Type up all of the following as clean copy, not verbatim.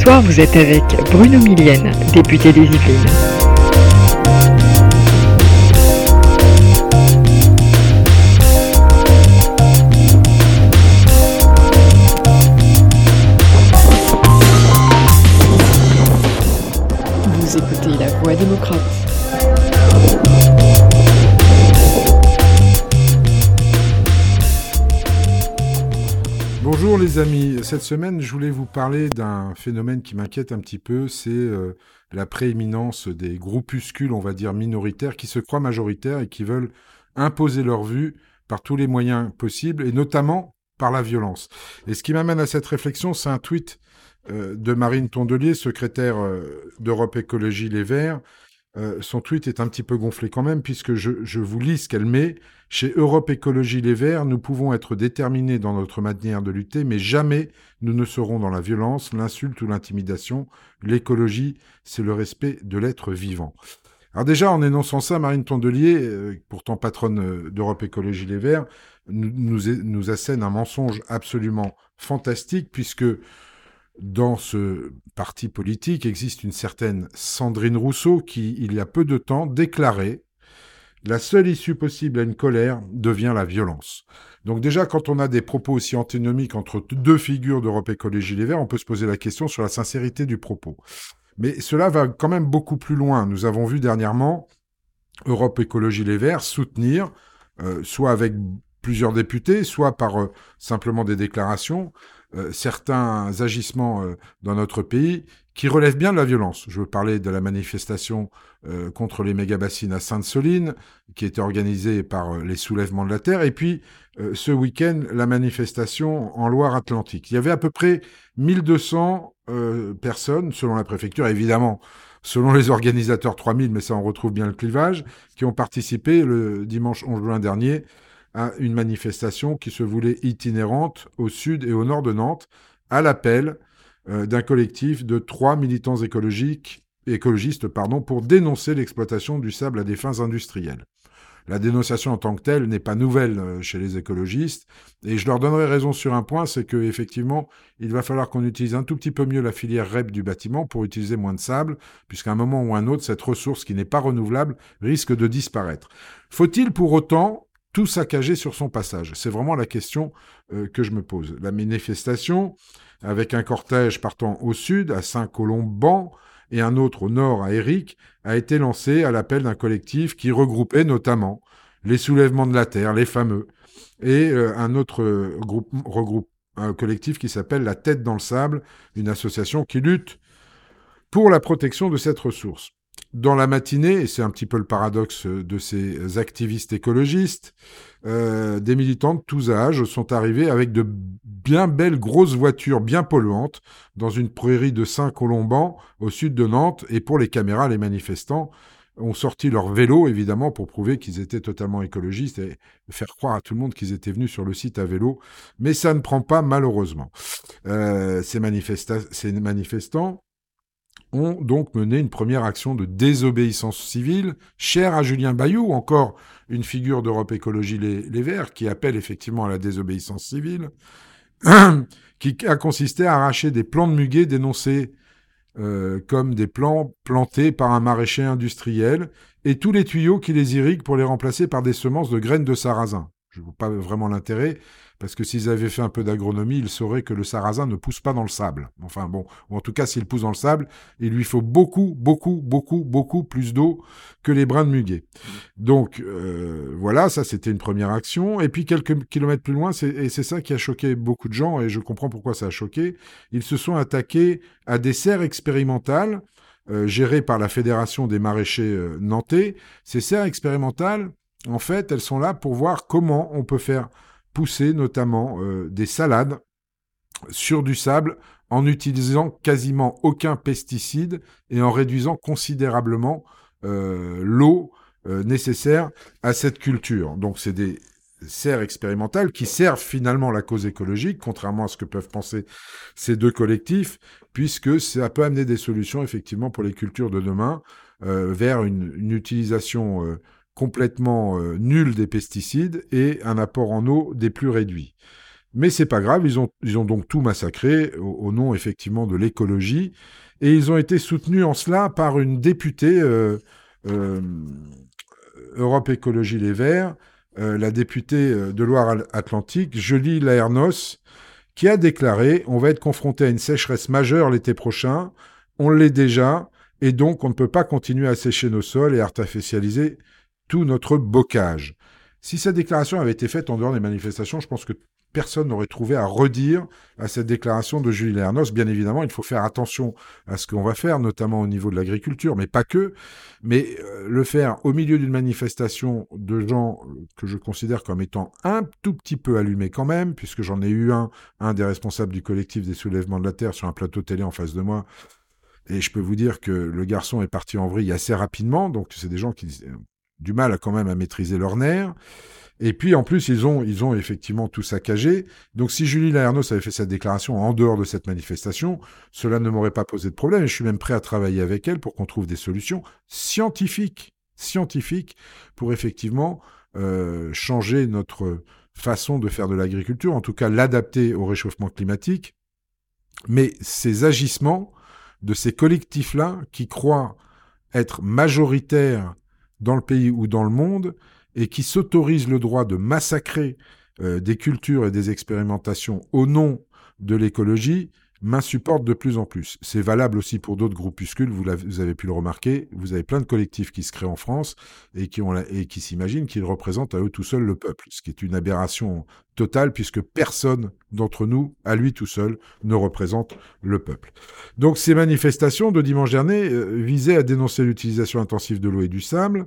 soir, vous êtes avec Bruno Millienne, député des Yvelines. Vous écoutez La Voix démocrate. Bonjour les amis, cette semaine je voulais vous parler d'un phénomène qui m'inquiète un petit peu, c'est la prééminence des groupuscules, on va dire minoritaires, qui se croient majoritaires et qui veulent imposer leur vue par tous les moyens possibles, et notamment par la violence. Et ce qui m'amène à cette réflexion, c'est un tweet de Marine Tondelier, secrétaire d'Europe Écologie Les Verts. Son tweet est un petit peu gonflé quand même, puisque je vous lis ce qu'elle met. Chez Europe Écologie Les Verts, nous pouvons être déterminés dans notre manière de lutter, mais jamais nous ne serons dans la violence, l'insulte ou l'intimidation. L'écologie, c'est le respect de l'être vivant. Alors déjà, en énonçant ça, Marine Tondelier, pourtant patronne d'Europe Écologie Les Verts, nous assène un mensonge absolument fantastique, puisque dans ce parti politique existe une certaine Sandrine Rousseau qui, il y a peu de temps, déclarait « La seule issue possible à une colère devient la violence ». Donc déjà, quand on a des propos aussi antinomiques entre deux figures d'Europe Écologie Les Verts, on peut se poser la question sur la sincérité du propos. Mais cela va quand même beaucoup plus loin. Nous avons vu dernièrement Europe Écologie Les Verts soutenir, soit avec plusieurs députés, soit par simplement des déclarations, certains agissements dans notre pays qui relèvent bien de la violence. Je veux parler de la manifestation contre les méga-bassines à Sainte-Soline, qui était organisée par les Soulèvements de la Terre, et puis ce week-end, la manifestation en Loire-Atlantique. Il y avait à peu près 1200 personnes, selon la préfecture, évidemment, selon les organisateurs 3000, mais ça on retrouve bien le clivage, qui ont participé le dimanche 11 juin dernier à une manifestation qui se voulait itinérante au sud et au nord de Nantes, à l'appel d'un collectif de 3 militants écologistes pour dénoncer l'exploitation du sable à des fins industrielles. La dénonciation en tant que telle n'est pas nouvelle chez les écologistes, et je leur donnerai raison sur un point, c'est qu'effectivement, il va falloir qu'on utilise un tout petit peu mieux la filière REP du bâtiment pour utiliser moins de sable, puisqu'à un moment ou un autre, cette ressource qui n'est pas renouvelable risque de disparaître. Faut-il pour autant tout saccager sur son passage? C'est vraiment la question que je me pose. La manifestation, avec un cortège partant au sud, à Saint-Colomban, et un autre au nord, à Éric, a été lancée à l'appel d'un collectif qui regroupait notamment les Soulèvements de la Terre, les fameux, et un autre un collectif qui s'appelle La Tête dans le Sable, une association qui lutte pour la protection de cette ressource. Dans la matinée, et c'est un petit peu le paradoxe de ces activistes écologistes, des militants de tous âges sont arrivés avec de bien belles grosses voitures bien polluantes dans une prairie de Saint-Colomban au sud de Nantes. Et pour les caméras, les manifestants ont sorti leur vélo, évidemment, pour prouver qu'ils étaient totalement écologistes et faire croire à tout le monde qu'ils étaient venus sur le site à vélo. Mais ça ne prend pas, malheureusement. Ces manifestants ont donc mené une première action de désobéissance civile, chère à Julien Bayou, encore une figure d'Europe Écologie Les Verts, qui appelle effectivement à la désobéissance civile, qui a consisté à arracher des plants de muguet dénoncés comme des plants plantés par un maraîcher industriel, et tous les tuyaux qui les irriguent pour les remplacer par des semences de graines de sarrasin. Je ne vois pas vraiment l'intérêt, parce que s'ils avaient fait un peu d'agronomie, ils sauraient que le sarrasin ne pousse pas dans le sable. Enfin bon, ou en tout cas, s'il pousse dans le sable, il lui faut beaucoup plus d'eau que les brins de muguet. Donc voilà, ça c'était une première action. Et puis quelques kilomètres plus loin, et c'est ça qui a choqué beaucoup de gens, et je comprends pourquoi ça a choqué, ils se sont attaqués à des serres expérimentales gérées par la Fédération des maraîchers nantais. Ces serres expérimentales, en fait, elles sont là pour voir comment on peut faire pousser notamment des salades sur du sable en utilisant quasiment aucun pesticide et en réduisant considérablement l'eau nécessaire à cette culture. Donc c'est des serres expérimentales qui servent finalement la cause écologique, contrairement à ce que peuvent penser ces deux collectifs, puisque ça peut amener des solutions effectivement pour les cultures de demain vers une utilisation complètement nulle des pesticides et un apport en eau des plus réduits. Mais c'est pas grave, ils ont donc tout massacré au nom effectivement de l'écologie. Et ils ont été soutenus en cela par une députée euh, Europe Écologie Les Verts, la députée de Loire-Atlantique, Julie Laernos, qui a déclaré: on va être confronté à une sécheresse majeure l'été prochain, on l'est déjà, et donc on ne peut pas continuer à sécher nos sols et artificialiser tout notre bocage. Si cette déclaration avait été faite en dehors des manifestations, je pense que personne n'aurait trouvé à redire à cette déclaration de Julie Lernos. Bien évidemment, il faut faire attention à ce qu'on va faire, notamment au niveau de l'agriculture, mais pas que. Mais le faire au milieu d'une manifestation de gens que je considère comme étant un tout petit peu allumés quand même, puisque j'en ai eu un des responsables du collectif des soulèvements de la Terre sur un plateau télé en face de moi, et je peux vous dire que le garçon est parti en vrille assez rapidement, donc c'est des gens qui ont du mal quand même à maîtriser leurs nerfs. Et puis, en plus, ils ont effectivement tout saccagé. Donc, si Julie Laernos avait fait cette déclaration en dehors de cette manifestation, cela ne m'aurait pas posé de problème. Et je suis même prêt à travailler avec elle pour qu'on trouve des solutions scientifiques, pour effectivement changer notre façon de faire de l'agriculture, en tout cas l'adapter au réchauffement climatique. Mais ces agissements de ces collectifs-là qui croient être majoritaires dans le pays ou dans le monde, et qui s'autorisent le droit de massacrer des cultures et des expérimentations au nom de l'écologie, m'insupportent de plus en plus. C'est valable aussi pour d'autres groupuscules, vous avez pu le remarquer, vous avez plein de collectifs qui se créent en France et qui s'imaginent qu'ils représentent à eux tout seuls le peuple, ce qui est une aberration totale puisque personne d'entre nous, à lui tout seul, ne représente le peuple. Donc ces manifestations de dimanche dernier visaient à dénoncer l'utilisation intensive de l'eau et du sable,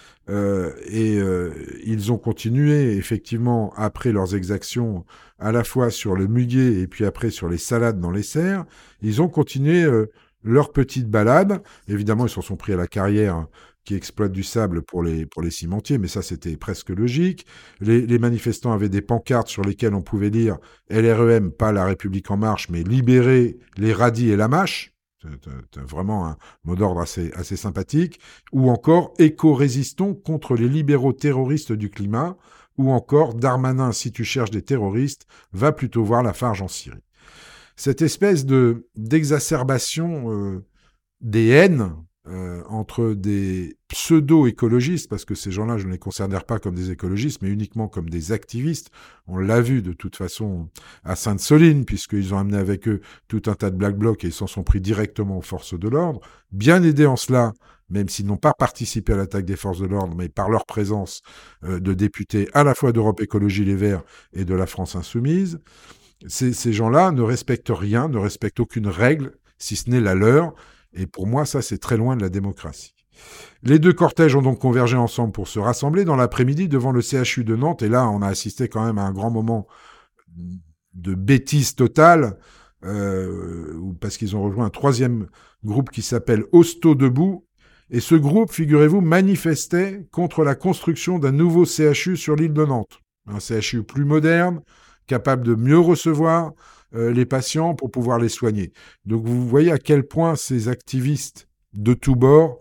ils ont continué effectivement après leurs exactions à la fois sur le muguet et puis après sur les salades dans les serres. Ils ont continué leur petite balade. Évidemment, ils s'en sont pris à la carrière qui exploite du sable pour les cimentiers, mais ça c'était presque logique. Les manifestants avaient des pancartes sur lesquelles on pouvait lire LREM, pas La République en marche, mais libérer les radis et la mâche. C'est vraiment un mot d'ordre assez sympathique. Ou encore éco-résistons contre les libéraux terroristes du climat. Ou encore Darmanin, si tu cherches des terroristes, va plutôt voir la Farge en Syrie. Cette espèce d'exacerbation des haines entre des pseudo-écologistes, parce que ces gens-là, je ne les considère pas comme des écologistes, mais uniquement comme des activistes. On l'a vu de toute façon à Sainte-Soline, puisqu'ils ont amené avec eux tout un tas de Black Blocs et ils s'en sont pris directement aux forces de l'ordre. Bien aidés en cela, même s'ils n'ont pas participé à l'attaque des forces de l'ordre, mais par leur présence de députés à la fois d'Europe Écologie Les Verts et de la France Insoumise. Ces gens-là ne respectent rien, ne respectent aucune règle, si ce n'est la leur. Et pour moi, ça, c'est très loin de la démocratie. Les deux cortèges ont donc convergé ensemble pour se rassembler dans l'après-midi devant le CHU de Nantes. Et là, on a assisté quand même à un grand moment de bêtise totale, parce qu'ils ont rejoint un troisième groupe qui s'appelle Hosto Debout. Et ce groupe, figurez-vous, manifestait contre la construction d'un nouveau CHU sur l'île de Nantes. Un CHU plus moderne, capable de mieux recevoir les patients pour pouvoir les soigner. Donc vous voyez à quel point ces activistes de tous bords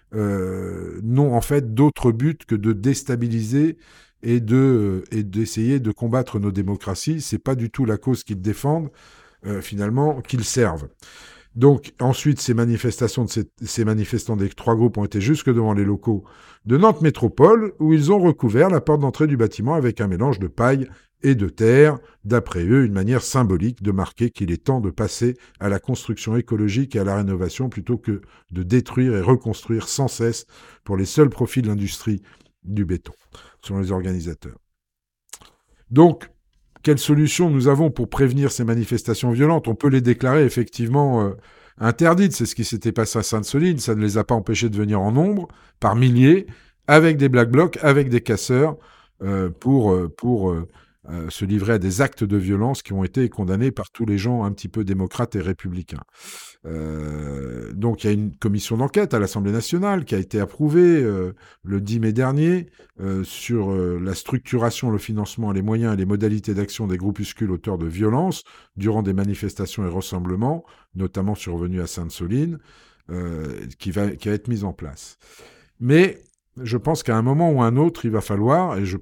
n'ont en fait d'autre but que de déstabiliser et d'essayer de combattre nos démocraties. C'est pas du tout la cause qu'ils défendent, finalement, qu'ils servent. Donc ensuite, ces manifestants des trois groupes ont été jusque devant les locaux de Nantes Métropole, où ils ont recouvert la porte d'entrée du bâtiment avec un mélange de paille et de terre, d'après eux, une manière symbolique de marquer qu'il est temps de passer à la construction écologique et à la rénovation plutôt que de détruire et reconstruire sans cesse pour les seuls profits de l'industrie du béton, selon les organisateurs. Donc, quelle solution nous avons pour prévenir ces manifestations violentes? On peut les déclarer effectivement interdites. C'est ce qui s'était passé à Sainte-Soline. Ça ne les a pas empêchés de venir en nombre, par milliers, avec des Black Blocs, avec des casseurs, pour se livrer à des actes de violence qui ont été condamnés par tous les gens un petit peu démocrates et républicains. Donc il y a une commission d'enquête à l'Assemblée nationale qui a été approuvée le 10 mai dernier sur la structuration, le financement, les moyens et les modalités d'action des groupuscules auteurs de violences durant des manifestations et rassemblements, notamment survenus à Sainte-Soline, qui va être mise en place. Mais je pense qu'à un moment ou un autre, il va falloir, et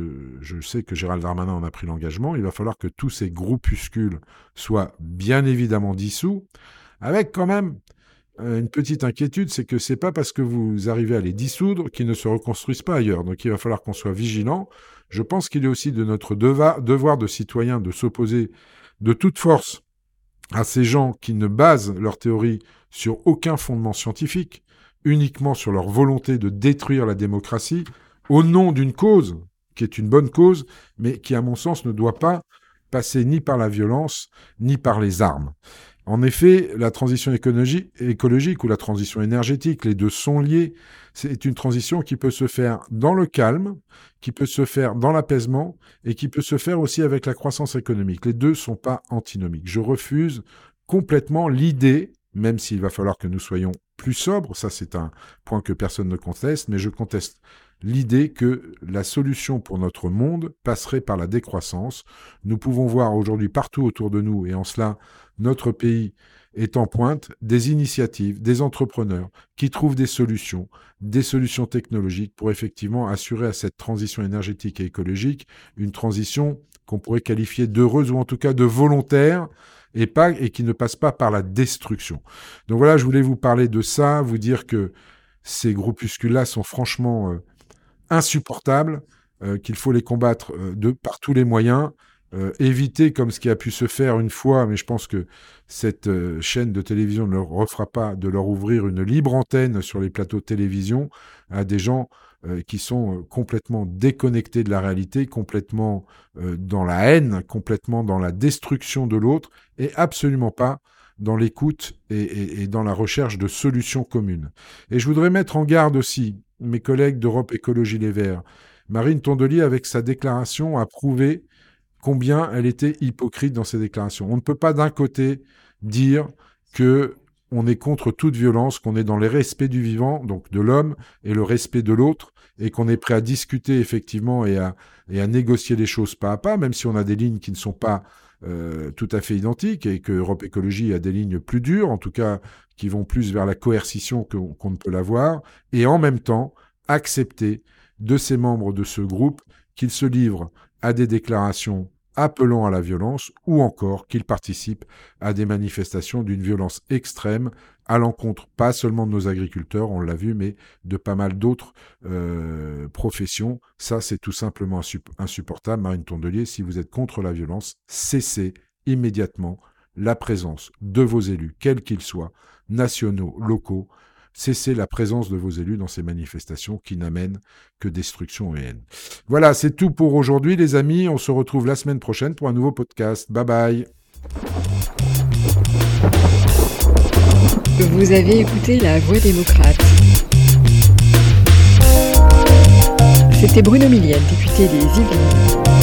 je sais que Gérald Darmanin en a pris l'engagement, il va falloir que tous ces groupuscules soient bien évidemment dissous, avec quand même une petite inquiétude, c'est que c'est pas parce que vous arrivez à les dissoudre qu'ils ne se reconstruisent pas ailleurs. Donc il va falloir qu'on soit vigilant. Je pense qu'il est aussi de notre devoir de citoyen de s'opposer de toute force à ces gens qui ne basent leur théorie sur aucun fondement scientifique, uniquement sur leur volonté de détruire la démocratie, au nom d'une cause qui est une bonne cause, mais qui, à mon sens, ne doit pas passer ni par la violence, ni par les armes. En effet, la transition écologique ou la transition énergétique, les deux sont liés. C'est une transition qui peut se faire dans le calme, qui peut se faire dans l'apaisement et qui peut se faire aussi avec la croissance économique. Les deux ne sont pas antinomiques. Je refuse complètement l'idée, même s'il va falloir que nous soyons plus sobres, ça c'est un point que personne ne conteste, mais je conteste l'idée que la solution pour notre monde passerait par la décroissance. Nous pouvons voir aujourd'hui partout autour de nous, et en cela, notre pays est en pointe, des initiatives, des entrepreneurs qui trouvent des solutions technologiques pour effectivement assurer à cette transition énergétique et écologique une transition qu'on pourrait qualifier d'heureuse ou en tout cas de volontaire et qui ne passe pas par la destruction. Donc voilà, je voulais vous parler de ça, vous dire que ces groupuscules-là sont franchement insupportables, qu'il faut les combattre par tous les moyens, éviter comme ce qui a pu se faire une fois, mais je pense que cette chaîne de télévision ne leur refera pas de leur ouvrir une libre antenne sur les plateaux de télévision à des gens qui sont complètement déconnectés de la réalité, complètement dans la haine, complètement dans la destruction de l'autre, et absolument pas dans l'écoute et dans la recherche de solutions communes. Et je voudrais mettre en garde aussi mes collègues d'Europe Écologie Les Verts. Marine Tondelier, avec sa déclaration, a prouvé combien elle était hypocrite dans ses déclarations. On ne peut pas d'un côté dire que on est contre toute violence, qu'on est dans le respect du vivant, donc de l'homme, et le respect de l'autre, et qu'on est prêt à discuter effectivement et à négocier les choses pas à pas, même si on a des lignes qui ne sont pas tout à fait identiques, et que Europe Écologie a des lignes plus dures, en tout cas qui vont plus vers la coercition qu'on ne peut l'avoir, et en même temps accepter de ces membres de ce groupe qu'ils se livrent à des déclarations appelant à la violence, ou encore qu'ils participent à des manifestations d'une violence extrême à l'encontre pas seulement de nos agriculteurs, on l'a vu, mais de pas mal d'autres professions. Ça, c'est tout simplement insupportable. Marine Tondelier, si vous êtes contre la violence, cessez immédiatement la présence de vos élus, quels qu'ils soient, nationaux, locaux. Cessez la présence de vos élus dans ces manifestations qui n'amènent que destruction et haine. Voilà, c'est tout pour aujourd'hui, les amis. On se retrouve la semaine prochaine pour un nouveau podcast. Bye bye. Vous avez écouté La Voix démocrate. C'était Bruno Millienne, député des Yvelines.